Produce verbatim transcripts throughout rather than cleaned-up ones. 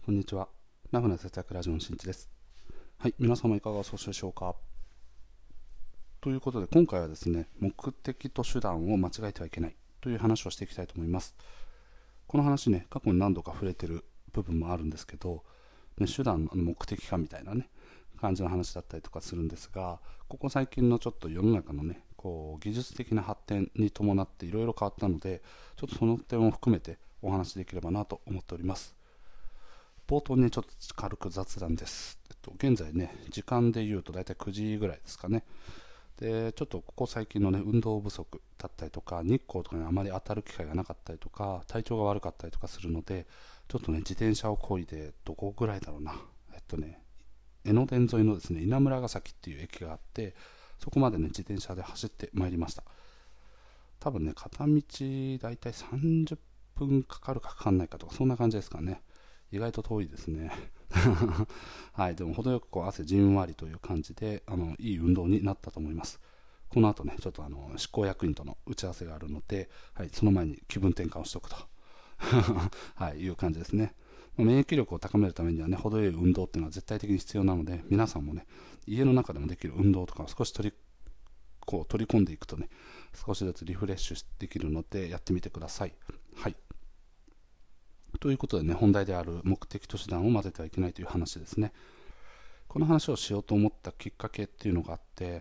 こんにちは。ラフな節約ラジオのしんいちです。はい、皆様いかがお過ごしでしょうか。ということで、今回はですね、目的と手段を間違えてはいけないという話をしていきたいと思います。この話ね、過去に何度か触れてる部分もあるんですけど、ね、手段の目的化みたいなね、感じの話だったりとかするんですが、ここ最近のちょっと世の中のね、こう技術的な発展に伴っていろいろ変わったので、ちょっとその点を含めてお話しできればなと思っております。冒頭にちょっと軽く雑談です。えっと、現在ね、時間で言うと大体くじぐらいですかね。で、ちょっとここ最近のね、運動不足だったりとか、日光とかにあまり当たる機会がなかったりとか、体調が悪かったりとかするので、ちょっとね、自転車を漕いで、どこぐらいだろうな。えっとね、江ノ電沿いのですね、稲村ヶ崎っていう駅があって、そこまでね、自転車で走ってまいりました。多分ね、片道だいたいさんじゅっぷんかかるかかかんないかとか、そんな感じですかね。意外と遠いですね。はい、でも程よくこう汗じんわりという感じで、あのいい運動になったと思います。この後ね、ちょっとあの執行役員との打ち合わせがあるので、はい、その前に気分転換をしておくと、はい、いう感じですね。免疫力を高めるためにはね、程よい運動っていうのは絶対的に必要なので、皆さんもね、家の中でもできる運動とかを少し取りこう取り込んでいくとね、少しずつリフレッシュできるので、やってみてください。はい。ということでね、本題である目的と手段を混ぜてはいけないという話ですね。この話をしようと思ったきっかけっていうのがあって、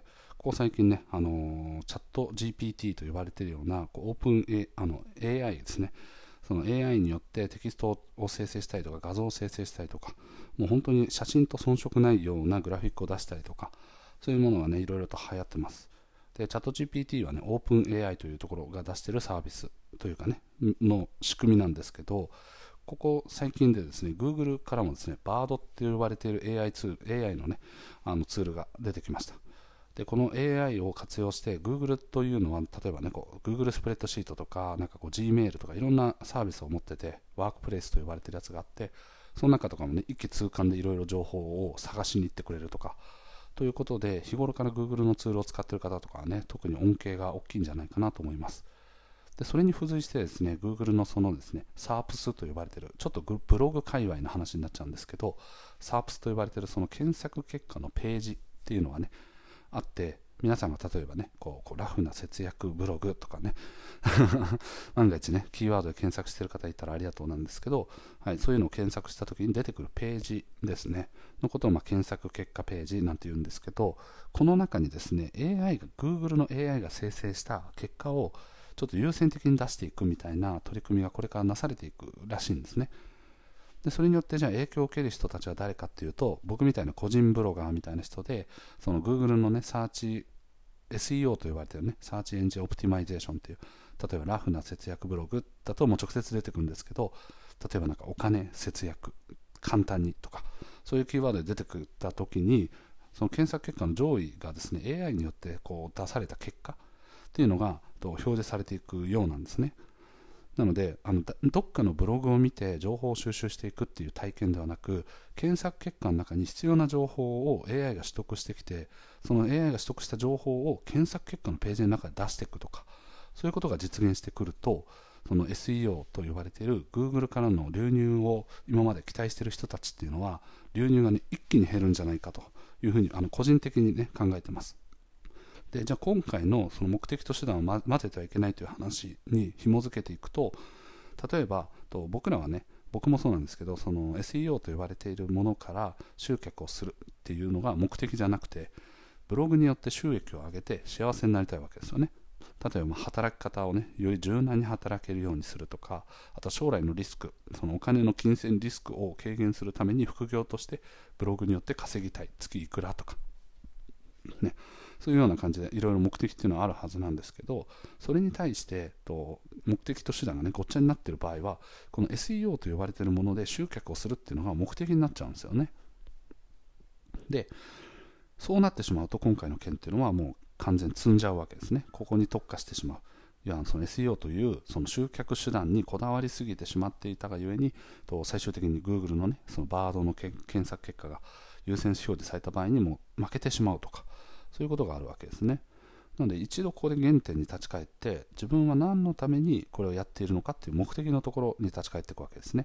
ここ最近ね、あのーチャット ジーピーティー と呼ばれているようなこうオープン、A、あの エーアイ ですね。その エーアイ によってテキストを生成したりとか画像を生成したりとか、もう本当に写真と遜色ないようなグラフィックを出したりとか、そういうものがね、いろいろと流行ってます。で、チャット ジーピーティー はね、オープン エーアイ というところが出しているサービスというかね、の仕組みなんですけど、ここ最近でですね、Google からもですね、バードって呼ばれている エーアイ ツール、エーアイ のね、あのツールが出てきました。で、この エーアイ を活用して、Google というのは、例えばね、こう Google スプレッドシートとか、なんかこう Gmail とかいろんなサービスを持ってて、ワークプレイスと呼ばれてるやつがあって、その中とかもね、一気通貫でいろいろ情報を探しに行ってくれるとか、ということで、日頃から Google のツールを使っている方とかはね、特に恩恵が大きいんじゃないかなと思います。でそれに付随してですね、Google のそのですね、サープス と呼ばれている、ちょっとブログ界隈の話になっちゃうんですけど、サープス と呼ばれているその検索結果のページっていうのがね、あって、皆さんが例えばね、こうこうラフな節約ブログとかね、万が一ね、キーワードで検索している方いたらありがとうなんですけど、はい、そういうのを検索した時に出てくるページですね、のことをまあ検索結果ページなんて言うんですけど、この中にですね、エーアイ が、Google の エーアイ が生成した結果をちょっと優先的に出していくみたいな取り組みがこれからなされていくらしいんですね。でそれによってじゃあ影響を受ける人たちは誰かっていうと、僕みたいな個人ブロガーみたいな人で、その Google のね、サーチ エスイーオー と呼ばれてるね、サーチエンジンオプティマイゼーションっていう、例えばラフな節約ブログだともう直接出てくるんですけど、例えばなんかお金節約簡単にとか、そういうキーワードで出てくった時に、その検索結果の上位がですね、 エーアイ によってこう出された結果っていうのが表示されていくようなんですね。なので、あのどっかのブログを見て情報を収集していくっていう体験ではなく、検索結果の中に必要な情報を エーアイ が取得してきて、その エーアイ が取得した情報を検索結果のページの中で出していくとか、そういうことが実現してくると、その エスイーオー と呼ばれている Google からの流入を今まで期待している人たちっていうのは、流入が、ね、一気に減るんじゃないかというふうにあの個人的に、ね、考えています。でじゃあ今回のその目的と手段を混ぜてはいけないという話に紐づけていくと、例えばと僕らはね、僕もそうなんですけど、その エスイーオー と呼ばれているものから集客をするっていうのが目的じゃなくて、ブログによって収益を上げて幸せになりたいわけですよね。例えば働き方をね、より柔軟に働けるようにするとか、あと将来のリスク、そのお金の金銭リスクを軽減するために副業としてブログによって稼ぎたい、月いくらとかね、そういうような感じでいろいろ目的っていうのはあるはずなんですけど、それに対してと目的と手段がねごっちゃになっている場合は、この エスイーオー と呼ばれているもので集客をするっていうのが目的になっちゃうんですよね。でそうなってしまうと、今回の件っていうのはもう完全に積んじゃうわけですね。ここに特化してしまう。いや、その エスイーオー というその集客手段にこだわりすぎてしまっていたがゆえに、と最終的に Google のね、そのバードの検索結果が優先表示された場合にも負けてしまうとか、そういうことがあるわけですね。なので一度ここで原点に立ち返って、自分は何のためにこれをやっているのかっていう目的のところに立ち返っていくわけですね。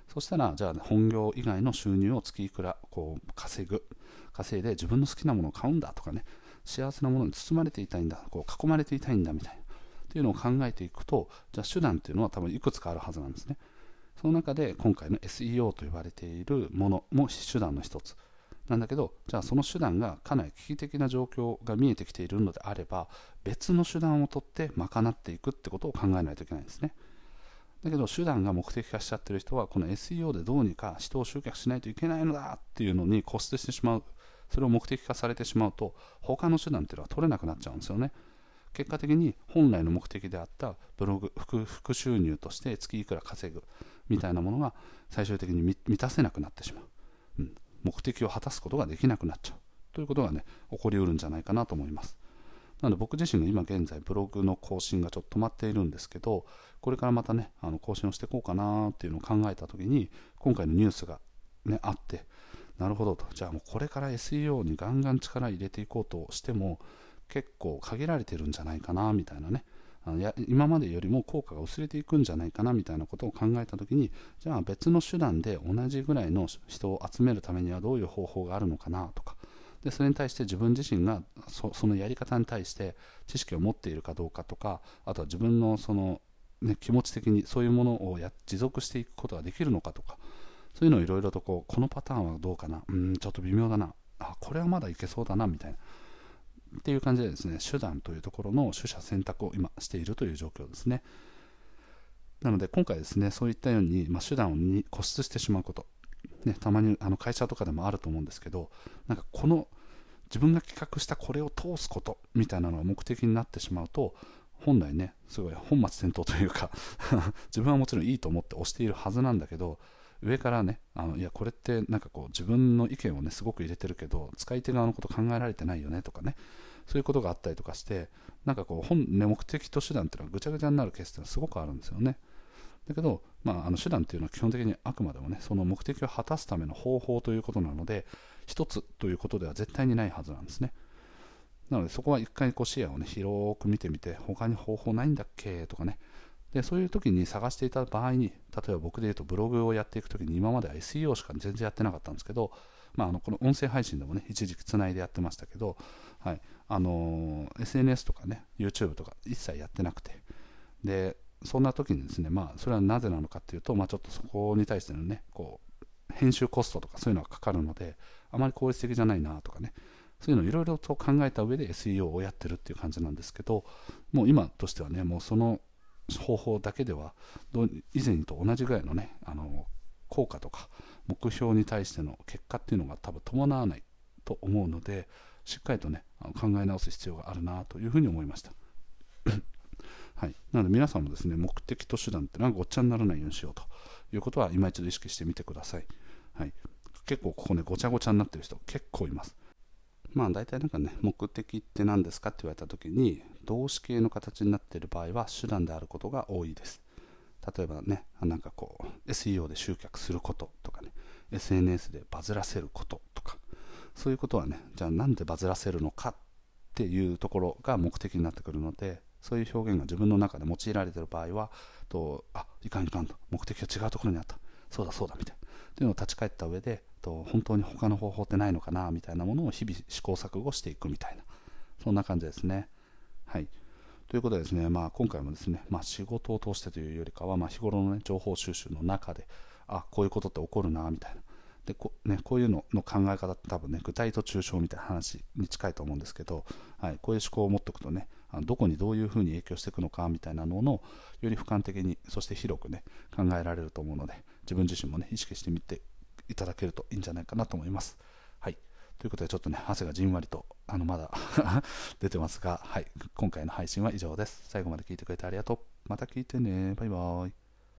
そしたらじゃあ本業以外の収入を月いくらこう稼ぐ稼いで自分の好きなものを買うんだとかね、幸せなものに包まれていたいんだ、こう囲まれていたいんだみたいなっていうのを考えていくと、じゃあ手段っていうのは多分いくつかあるはずなんですね。その中で今回の エスイーオー と呼ばれているものも手段の一つなんだけど、じゃあその手段がかなり危機的な状況が見えてきているのであれば、別の手段を取って賄っていくってことを考えないといけないんですね。だけど手段が目的化しちゃってる人は、この エスイーオー でどうにか人を集客しないといけないのだっていうのに固執してしまう。それを目的化されてしまうと、他の手段っていうのは取れなくなっちゃうんですよね。結果的に本来の目的であったブログ 副, 副収入として月いくら稼ぐみたいなものが最終的に満たせなくなってしまう、うん、目的を果たすことができなくなっちゃうということがね、起こりうるんじゃないかなと思います。なので僕自身が今現在ブログの更新がちょっと止まっているんですけど、これからまたねあの更新をしていこうかなっていうのを考えた時に、今回のニュースが、ね、あって、なるほどと、じゃあもうこれから エスイーオー にガンガン力入れていこうとしても結構限られてるんじゃないかなみたいなね、あのや今までよりも効果が薄れていくんじゃないかなみたいなことを考えたときに、じゃあ別の手段で同じぐらいの人を集めるためにはどういう方法があるのかなとか、でそれに対して自分自身が そ, そのやり方に対して知識を持っているかどうかとか、あとは自分のその、ね、気持ち的にそういうものをや持続していくことができるのかとか、そういうのをいろいろとこう、このパターンはどうかな、うん、ちょっと微妙だな、あこれはまだいけそうだなみたいなっていう感じでですね、手段というところの取捨選択を今しているという状況ですね。なので今回ですね、そういったように、まあ、手段に固執してしまうこと、ね、たまにあの会社とかでもあると思うんですけど、なんかこの自分が企画したこれを通すことみたいなのが目的になってしまうと、本来ねすごい本末転倒というか自分はもちろんいいと思って押しているはずなんだけど、上からね、あのいやこれってなんかこう自分の意見をねすごく入れてるけど使い手側のこと考えられてないよねとかね、そういうことがあったりとかして、なんかこう本、ね、目的と手段っていうのはぐちゃぐちゃになるケースっていうのはすごくあるんですよね。だけど、まあ、あの手段っていうのは基本的にあくまでもねその目的を果たすための方法ということなので、一つということでは絶対にないはずなんですね。なのでそこは一回こう視野をね広く見てみて、他に方法ないんだっけとかね、でそういう時に探していた場合に、例えば僕で言うとブログをやっていく時に今までは エスイーオー しか全然やってなかったんですけど、まあ、あのこの音声配信でもね一時期つないでやってましたけど、はいあのー、エスエヌエス とかね YouTube とか一切やってなくて、でそんな時にですね、まあそれはなぜなのかっていうと、まあ、ちょっとそこに対してのねこう編集コストとかそういうのがかかるのであまり効率的じゃないなとかね、そういうのをいろいろと考えた上で エスイーオー をやってるっていう感じなんですけど、もう今としてはねもうその方法だけではどう以前と同じぐらいのねあの効果とか目標に対しての結果っていうのが多分伴わないと思うので、しっかりとねあの考え直す必要があるなというふうに思いましたはい、なので皆さんもですね目的と手段っていうのはごっちゃにならないようにしようということは今一度意識してみてください。はい、結構ここねごちゃごちゃになってる人結構います。まあ大体なんかね目的って何ですかって言われた時に動詞形の形になっている場合は手段であることが多いです。例えばねなんかこう エスイーオー で集客することとかね エスエヌエス でバズらせることとか、そういうことはねじゃあなんでバズらせるのかっていうところが目的になってくるので、そういう表現が自分の中で用いられている場合はとあいかんいかんと目的が違うところにあった、そうだそうだみたいなっていうのを立ち返った上でと本当に他の方法ってないのかなみたいなものを日々試行錯誤していくみたいな、そんな感じですね。はい、ということでですね、まあ、今回もですね、まあ、仕事を通してというよりかは、まあ、日頃の、ね、情報収集の中であこういうことって起こるなみたいなで こ,、ね、こういうのの考え方って多分ね具体と抽象みたいな話に近いと思うんですけど、はい、こういう思考を持っておくとねあのどこにどういうふうに影響していくのかみたいなののより俯瞰的にそして広くね考えられると思うので、自分自身もね意識してみていただけるといいんじゃないかなと思います。はい、ということでちょっとね汗がじんわりとあのまだ出てますが、はい、今回の配信は以上です。最後まで聞いてくれてありがとう。また聞いてね。バイバイ。